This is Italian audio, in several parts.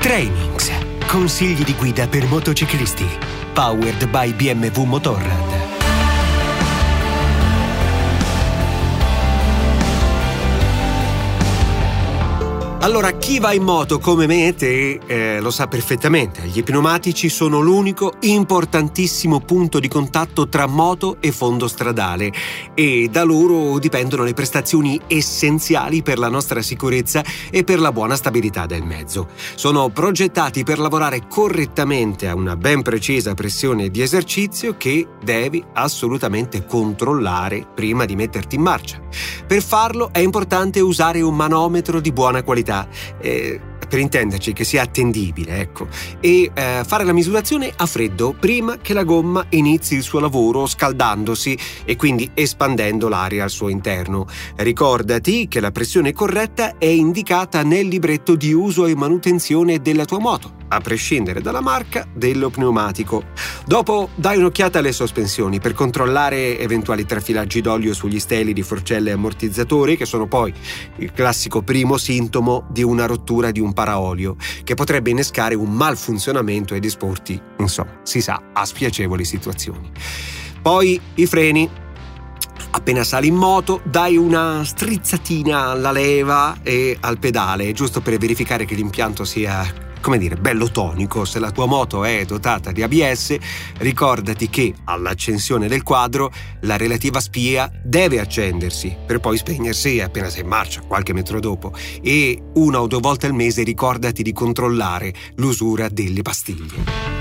Trainings. Consigli di guida per motociclisti. Powered by BMW Motorrad. Allora, chi va in moto come me e te lo sa perfettamente. Gli pneumatici sono l'unico importantissimo punto di contatto tra moto e fondo stradale e da loro dipendono le prestazioni essenziali per la nostra sicurezza e per la buona stabilità del mezzo. Sono progettati per lavorare correttamente a una ben precisa pressione di esercizio che devi assolutamente controllare prima di metterti in marcia. Per farlo è importante usare un manometro di buona qualità. Per intenderci, che sia attendibile, ecco, e fare la misurazione a freddo prima che la gomma inizi il suo lavoro scaldandosi e quindi espandendo l'aria al suo interno. Ricordati che la pressione corretta è indicata nel libretto di uso e manutenzione della tua moto, a prescindere dalla marca dello pneumatico. Dopo dai un'occhiata alle sospensioni per controllare eventuali trafilaggi d'olio sugli steli di forcelle e ammortizzatori, che sono poi il classico primo sintomo di una rottura di un paraolio, che potrebbe innescare un malfunzionamento ed esporti, insomma, si sa, a spiacevoli situazioni. Poi i freni. Appena sali in moto, dai una strizzatina alla leva e al pedale, giusto per verificare che l'impianto sia, bello tonico. Se la tua moto è dotata di ABS, ricordati che all'accensione del quadro la relativa spia deve accendersi per poi spegnersi appena sei in marcia, qualche metro dopo, e 1 o 2 volte al mese ricordati di controllare l'usura delle pastiglie.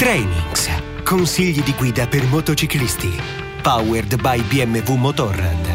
Trainings. Consigli di guida per motociclisti. Powered by BMW Motorrad.